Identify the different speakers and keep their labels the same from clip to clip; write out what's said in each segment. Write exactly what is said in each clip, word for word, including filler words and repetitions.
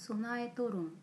Speaker 1: 備えと論。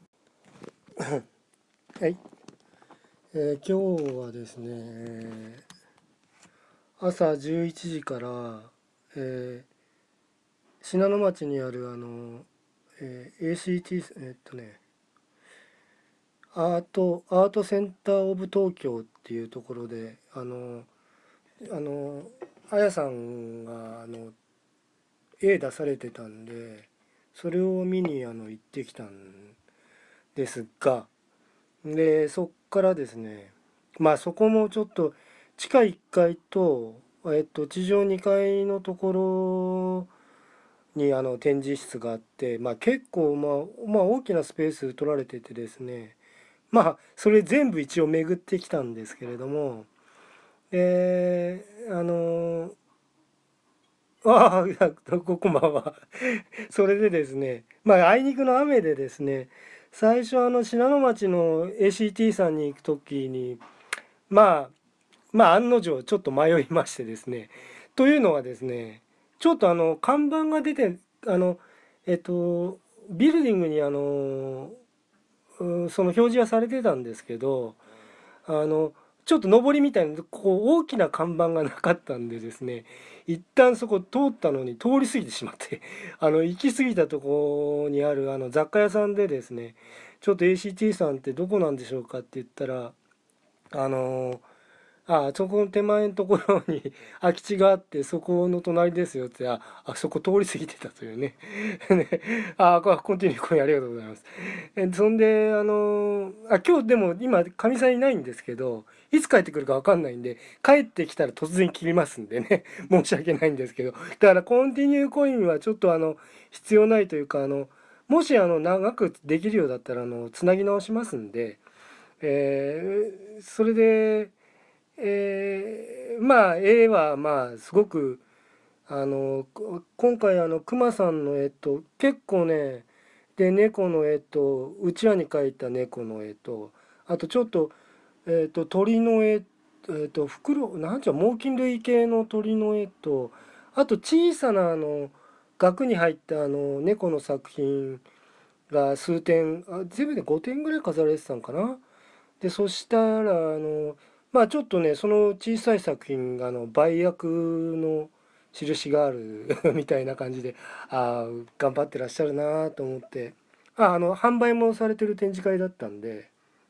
Speaker 2: はい、えー今日はですね、えー朝じゅういちじから、えー信濃町にあるあの、えー エーシーティー、えーっとね、アート、アートセンターオブ東京っていうところで、あの、あの、あやさんがあの絵出されてたんで、それを見にあの行ってきたんですが、で、そっからですね、まあそこもちょっと地下いっかいと、えっと、地上にかいのところにあの展示室があって、まあ結構、まあ、まあ大きなスペース取られててですね、まあそれ全部一応巡ってきたんですけれども、えー、あのああ、いや、ここんばんは。それでですね、まあ、あいにくの雨でですね、最初あの信濃町の エーシーティー さんに行くときに、まあ、まあ案の定ちょっと迷いましてですね、というのはですね、ちょっとあの看板が出て、あの、えっと、ビルディングにあの、うんその表示はされてたんですけど、あの、ちょっと上りみたいな、こう大きな看板がなかったんでですね、一旦そこ通ったのに通り過ぎてしまって、あの、行き過ぎたとこにあるあの雑貨屋さんでですね、ちょっと エーシーティー さんってどこなんでしょうかって言ったら、あのああ、そこの手前のところに空き地があって、そこの隣ですよって、あ、あそこ通り過ぎてたというね。ねあ、こコンティニューコインありがとうございます。え、そんで、あのーあ、今日でも今、かみさんいないんですけど、いつ帰ってくるかわかんないんで、帰ってきたら突然切りますんでね、申し訳ないんですけど、だからコンティニューコインはちょっとあの、必要ないというか、あの、もしあの、長くできるようだったら、あの、つなぎ直しますんで、えーそれで、えーまあ絵はまあすごくあのこ今回あの熊さんの絵と結構ねで猫の絵とうちわに描いた猫の絵とあとちょっと,、えー、と鳥の絵、えー、と袋なんちゃう猛禽類系の鳥の絵とあと小さなあの額に入ったあの猫の作品が数点あ全部でごてんぐらい飾られてたのかな。でそしたらあのまあちょっとねその小さい作品があの売約の印があるみたいな感じでああ頑張ってらっしゃるなと思ってああの販売もされてる展示会だったんで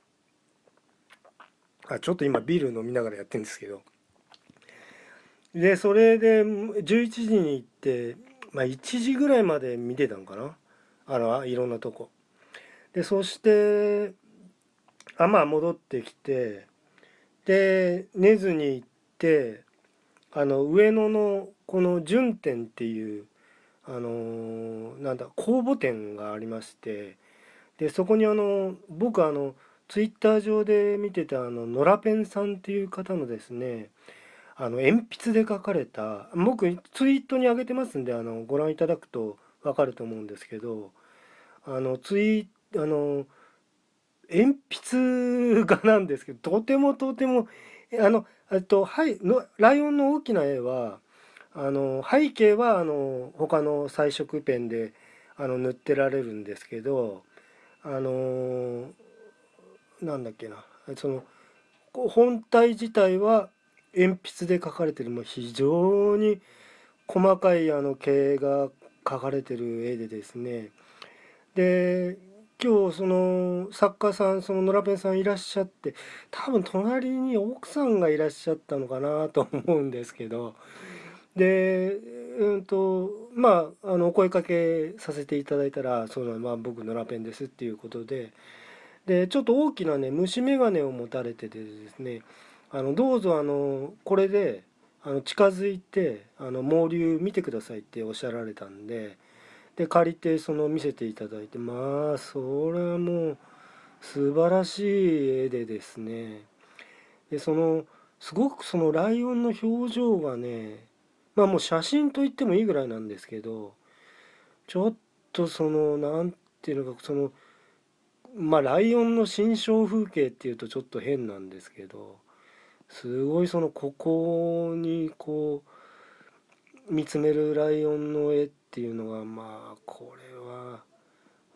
Speaker 2: あちょっと今ビール飲みながらやってるんですけどでそれでじゅういちじに行って、まあ、いちじぐらいまで見てたのかなあのいろんなとこでそしてあまあ戻ってきてで根津に行ってあの上野のこの順天っていうあのーなんだ公募店がありましてでそこにあの僕あのツイッター上で見てたあのノラペンさんっていう方のですねあの鉛筆で書かれた僕ツイートに上げてますんであのご覧いただくと分かると思うんですけどあのツイあの鉛筆画なんですけどとてもとてもあのえっとはいのライオンの大きな絵はあの背景はあの他の彩色ペンであの塗ってられるんですけどあのなんだっけなその本体自体は鉛筆で描かれてるもう非常に細かいあの毛が描かれてる絵でですねで今日その作家さんその野良ペンさんいらっしゃって多分隣に奥さんがいらっしゃったのかなと思うんですけどでうんとまああのお声かけさせていただいたらその、まあ、僕野良ペンですっていうことででちょっと大きなね虫眼鏡を持たれててですねあのどうぞあのこれであの近づいてあの毛流見てくださいっておっしゃられたんでで借りてその見せていただいてまあそれはもう素晴らしい絵でですねでそのすごくそのライオンの表情がねまあもう写真と言ってもいいぐらいなんですけどちょっとそのなんていうのかそのまあライオンの心象風景っていうとちょっと変なんですけどすごいそのここにこう見つめるライオンの絵っていうのがまあこれは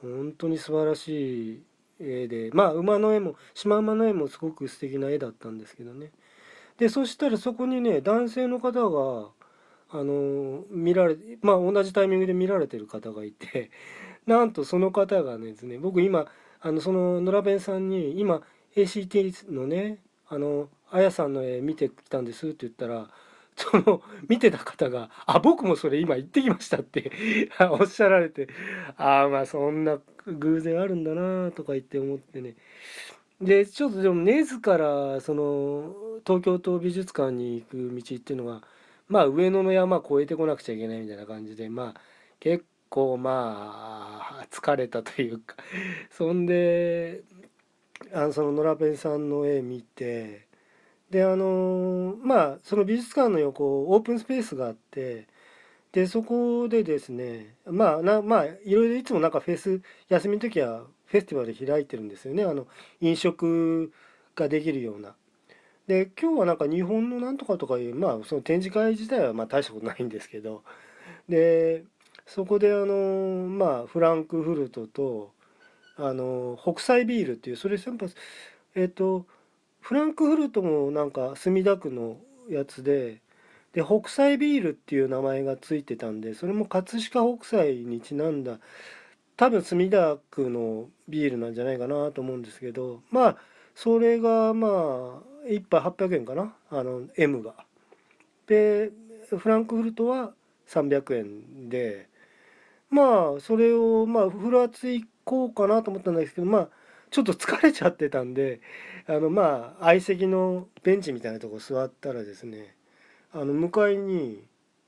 Speaker 2: 本当に素晴らしい絵で、まあ馬の絵もシマウマの絵もすごく素敵な絵だったんですけどね。でそしたらそこにね男性の方があの見られまあ同じタイミングで見られてる方がいて、なんとその方がですね、僕今あのそのノラベンさんに今 エーシーティー のねあのあやさんの絵見てきたんですって言ったら、その見てた方が「あ、僕もそれ今行ってきました」っておっしゃられて、ああまあそんな偶然あるんだなとか言って思ってね。でちょっとでも根津からその東京都美術館に行く道っていうのがまあ上野の山越えてこなくちゃいけないみたいな感じで、まあ結構まあ疲れたというか、そんであのそのノラペンさんの絵見て、であのまあその美術館の横オープンスペースがあって、でそこでですねまあなまあいろいろいつもなんかフェス休みの時はフェスティバル開いてるんですよね、あの飲食ができるような。で今日はなんか日本のなんとかとかいうまあその展示会自体はまあ大したことないんですけど、でそこであのまあフランクフルトとあの北斎ビールっていうそれ先発えっとフランクフルトもなんか墨田区のやつで、で北斎ビールっていう名前がついてたんで、それも葛飾北斎にちなんだ多分墨田区のビールなんじゃないかなと思うんですけど、まあそれがまあいっぱいはっぴゃくえんかな、あの エム が。でフランクフルトはさんびゃくえんで、まあそれをまあふらつ行こうかなと思ったんですけど、まあちょっと疲れちゃってたんで、あのまあ相席のベンチみたいなとこ座ったらですね、あの向かいに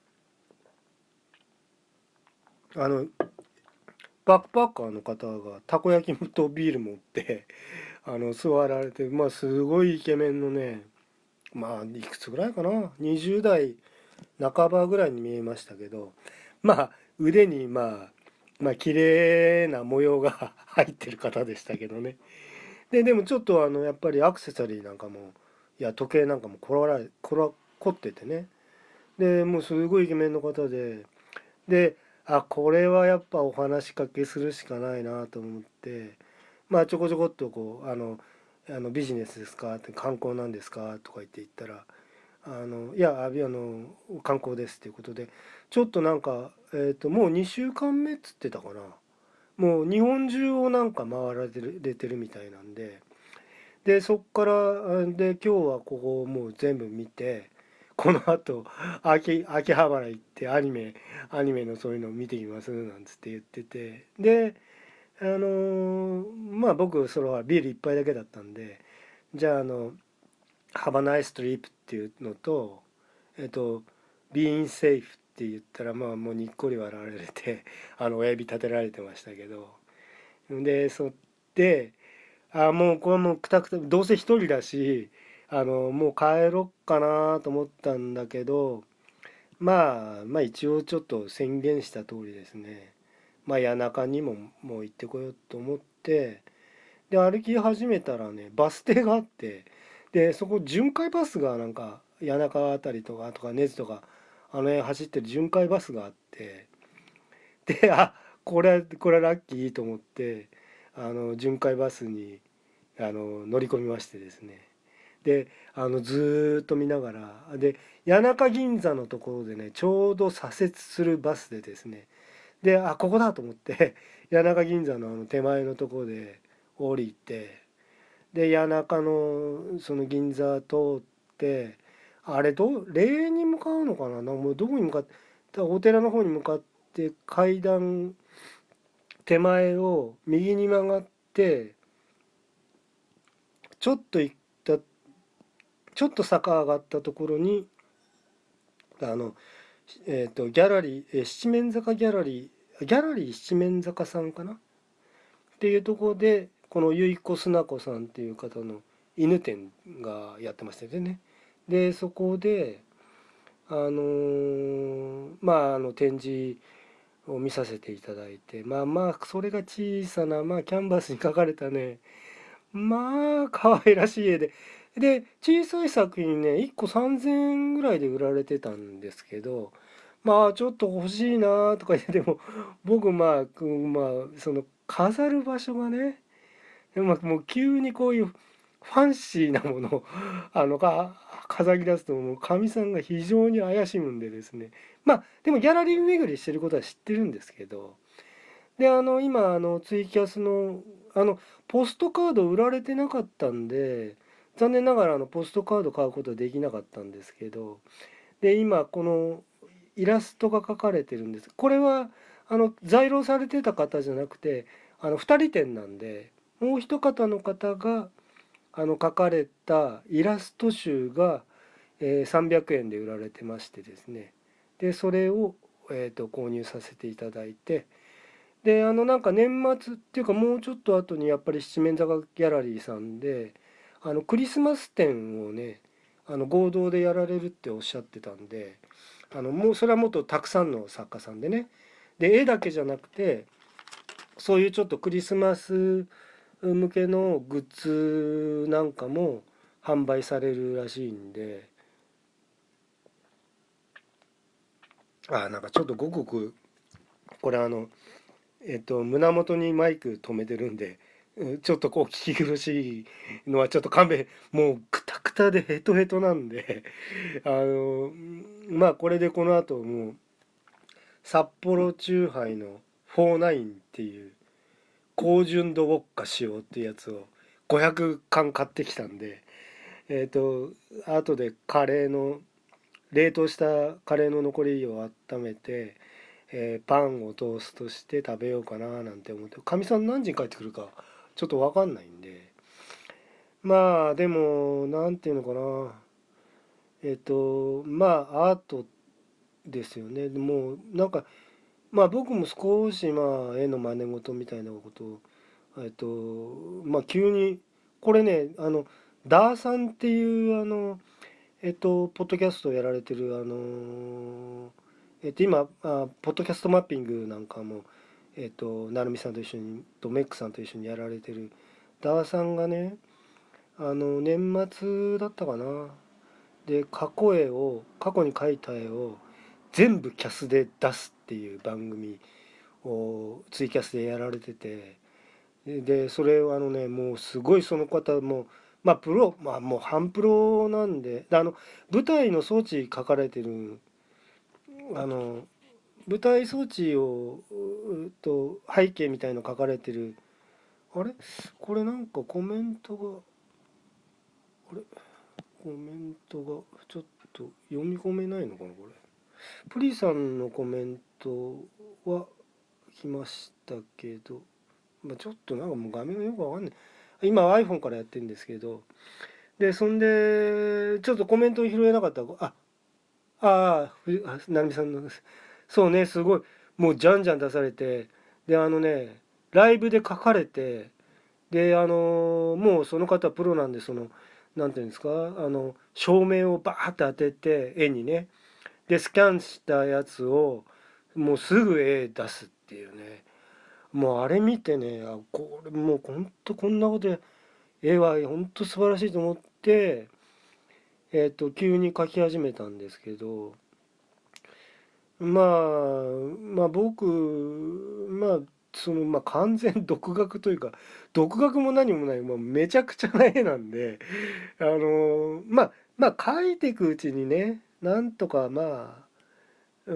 Speaker 2: あのバックパッカーの方がたこ焼きとビール持ってあの座られて、まあすごいイケメンのね、まあいくつぐらいかな、にじゅう代半ばぐらいに見えましたけど、まあ腕にまあまあ綺麗な模様が入ってる方でしたけどね。ででもちょっとあのやっぱりアクセサリーなんかもいや時計なんかもこられこら凝っててね、でもうすごいイケメンの方で、であこれはやっぱお話しかけするしかないなと思って、まあちょこちょこっとこうあのあのビジネスですかって観光なんですかとか言って言ったら、あのいやあの観光ですっていうことで、ちょっとなんか、えー、ともうにしゅうかんめっつってたかな、もう日本中をなんか回られてる出てるみたいなんで、でそっからあで今日はここをもう全部見て、このあと秋秋葉原行ってアニメアニメのそういうのを見てきますなんつって言ってて、であのーまあ僕それはビール一杯だけだったんで、じゃああのハバナイストリップっていうのと、えっと、ビーンセーフって言ったら、まあもうにっこり笑われて、あの親指立てられてましたけど、で、そって、あ、もうこれはもうくたくた、どうせ一人だし、あの、もう帰ろっかなと思ったんだけど、まあ、まあ一応ちょっと宣言した通りですね、まあ谷中にももう行ってこようと思って、で歩き始めたらねバス停があって、でそこ巡回バスがなんか谷中あたりとかとか根津とかあの辺走ってる巡回バスがあって、であこれこれはラッキーと思って、あの巡回バスにあの乗り込みましてですね、であのずーっと見ながら、で谷中銀座のところでねちょうど左折するバスでですね、であここだと思って谷中銀座のあの手前のところで降りて、で谷中のその銀座通って、あれど霊園に向かうのかな、なんかもうどこに向かってお寺の方に向かって階段手前を右に曲がって、ちょっと行ったちょっと坂上がったところにあのえっ、とギャラリー、えー七面坂ギャラリーギャラリー七面坂さんかなっていうところで、このゆいこすなこさんっていう方の犬店がやってましたよね。でそこであのーまああの展示を見させていただいて、まあまあそれが小さな、まあ、キャンバスに描かれたね、まあ可愛らしい絵で、で小さい作品ねいっこさんぜんえんぐらいで売られてたんですけど、 まあちょっと欲しいなとか言っても、僕まあ、くまあその飾る場所がね、まあ、もう急にこういうファンシーなものをあのか飾り出すと、もうかみさんが非常に怪しむんでですね。まあでもギャラリー巡りしてることは知ってるんですけど、であの今あのツイキャスのあのポストカード売られてなかったんで、残念ながらあのポストカード買うことはできなかったんですけど、で今このイラストが描かれてるんです。これはあの在庫されてた方じゃなくて、あのふたり展なんで、もう一方の方があの描かれたイラスト集が、えーさんびゃくえんで売られてましてですね。でそれを、えーと購入させていただいて、であのなんか年末っていうかもうちょっと後にやっぱり七面坂ギャラリーさんであのクリスマス展をね、あの合同でやられるっておっしゃってたんで、あのもうそれはもっとたくさんの作家さんでね、で絵だけじゃなくてそういうちょっとクリスマス向けのグッズなんかも販売されるらしいんで、あなんかちょっとごくごくこれあのえっと胸元にマイク止めてるんで、うんちょっとこう聞き苦しいのはちょっと勘弁、もうクタクタでヘトヘトなんであのまあこれでこの後もう札幌チューハイのフォーナインっていう高純度ウォッカ使用っていうやつをごひゃくかん買ってきたんで、えっと後でカレーの冷凍したカレーの残りを温めて、えーパンをトーストして食べようかななんて思って、かみさん何時に帰ってくるかちょっと分かんないんで、まあでもなんていうのかな、えっとまあアートですよね。もうなんかまあ僕も少しまあ絵の真似事みたいなことをえっとまあ急にこれね、あのダーさんっていうあのえっとポッドキャストをやられてるあのえっと今あポッドキャストマッピングなんかもえっと成美さんと一緒にとメックさんと一緒にやられてるダーさんがね、あの年末だったかな、で過去絵を過去に描いた絵を全部キャスで出すっていう番組をツイキャスでやられてて、でそれをあのねもうすごいその方もまあプロまあもう半プロなんで、であの舞台の装置書かれてるあの舞台装置をうと背景みたいの書かれてる、あれこれなんかコメントがあれコメントがちょっと読み込めないのかなこれ。プリさんのコメントは来ましたけど、まあ、ちょっとなんかもう画面がよくわかんない。今 iPhone からやってるんですけど、で、そんで、ちょっとコメント拾えなかった。あ、ああ、ふあ成美さんの、そうね、すごい、もうじゃんじゃん出されて、で、あのね、ライブで書かれて、で、あのもうその方プロなんで、その、なんていうんですか、あの、照明をバーって当てて、絵にね、でスキャンしたやつをもうすぐ絵出すっていうね、もうあれ見てね、あこれもうほんとこんなことで絵はほんと素晴らしいと思って、えっと急に描き始めたんですけど、まあまあ僕まあそのまあ完全独学というか独学も何もない、もうめちゃくちゃな絵なんで、あのまあまあ描いていくうちにねなんとかまあうん、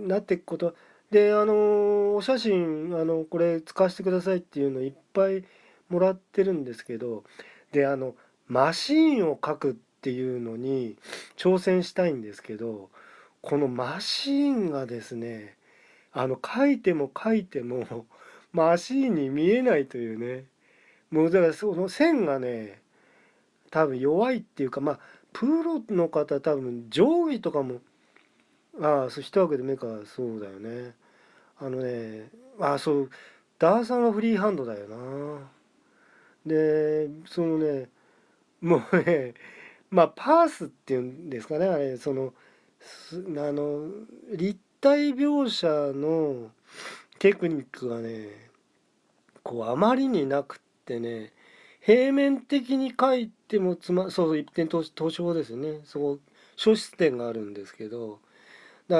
Speaker 2: なっていくことで、あのお写真あのこれ使わせてくださいっていうのいっぱいもらってるんですけど、であのマシーンを描くっていうのに挑戦したいんですけど、このマシーンがですね、あの描いても描いてもマシーンに見えないというね、もうだからその線がね多分弱いっていうか、まあプロの方多分定規とかも、ああ、そう、一枠で目か、そうだよね。あのね、ああ、そう、ダーさんはフリーハンドだよな。で、そのね、もうね、まあ、パースっていうんですかね、あれ、その、すあの、立体描写のテクニックがね、こう、あまりになくってね、平面的に描いてもつま、そう、一点投投資法ですよね。そこ、小出点があるんですけど、だから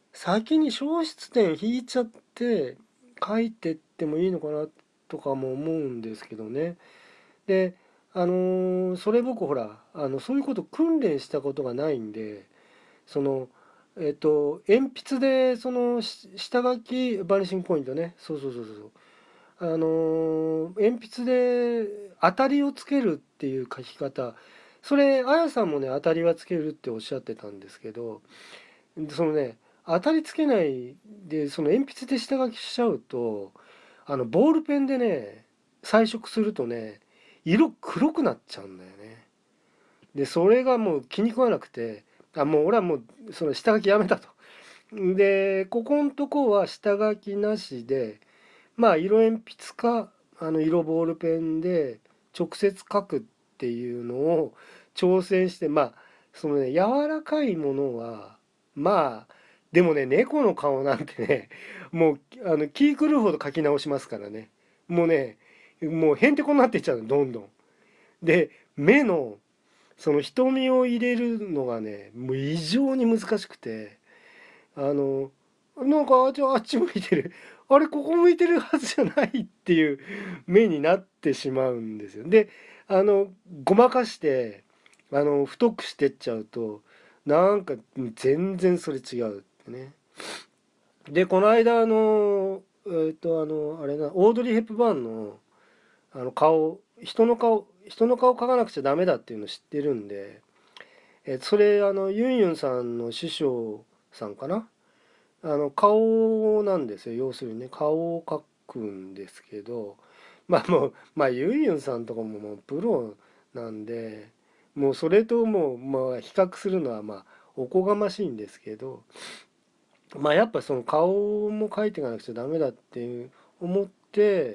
Speaker 2: 先に消失点引いちゃって書いてってもいいのかなとかも思うんですけどね。で、あのーそれ僕ほらあのそういうこと訓練したことがないんで、そのえっと鉛筆でそのし下書きバニシングポイントね、そうそうそうそう、あのー鉛筆で当たりをつけるっていう書き方、それあやさんもね当たりはつけるっておっしゃってたんですけど、そのね当たりつけないでその鉛筆で下書きしちゃうと、あのボールペンでね彩色するとね色黒くなっちゃうんだよね。でそれがもう気に食わなくて、あもう俺はもうその下書きやめたと。でここのとこは下書きなしで、まあ色鉛筆かあの色ボールペンで直接書くっていうのを挑戦して、まあそのね柔らかいものはまあでもね猫の顔なんてねもうあの気狂うほど書き直しますからね。もうねもうへんてこになっていっちゃうのどんどん。で目のその瞳を入れるのがねもう異常に難しくて、あのなんかあっちあっち向いてる、あれここ向いてるはずじゃないっていう目になってしまうんですよ。であのごまかしてあの太くしてっちゃうとなんか全然それ違うってね。でこの間あのえっとあのあれなオードリー・ヘップバーンのあの顔人の顔人の顔描かなくちゃダメだっていうの知ってるんで、えそれあのユンユンさんの師匠さんかな、あの顔なんですよ。要するにね顔を描くんですけど、まあもうまあユンユンさんとかももうプロなんで、もうそれともうまあ比較するのはまあおこがましいんですけど、まあやっぱその顔も描いていかなくちゃダメだっていう思って、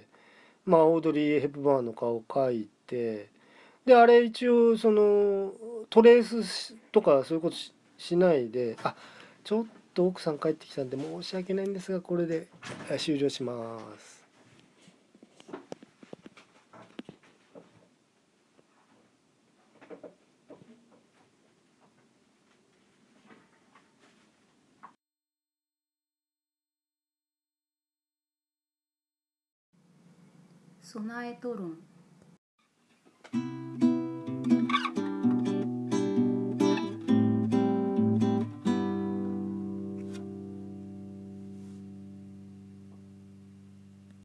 Speaker 2: まあオードリー・ヘップバーンの顔を描いて、であれ一応そのトレースとかそういうことし、しないで、あちょっと奥さん帰ってきたんで申し訳ないんですがこれで終了します。
Speaker 1: 備えと論。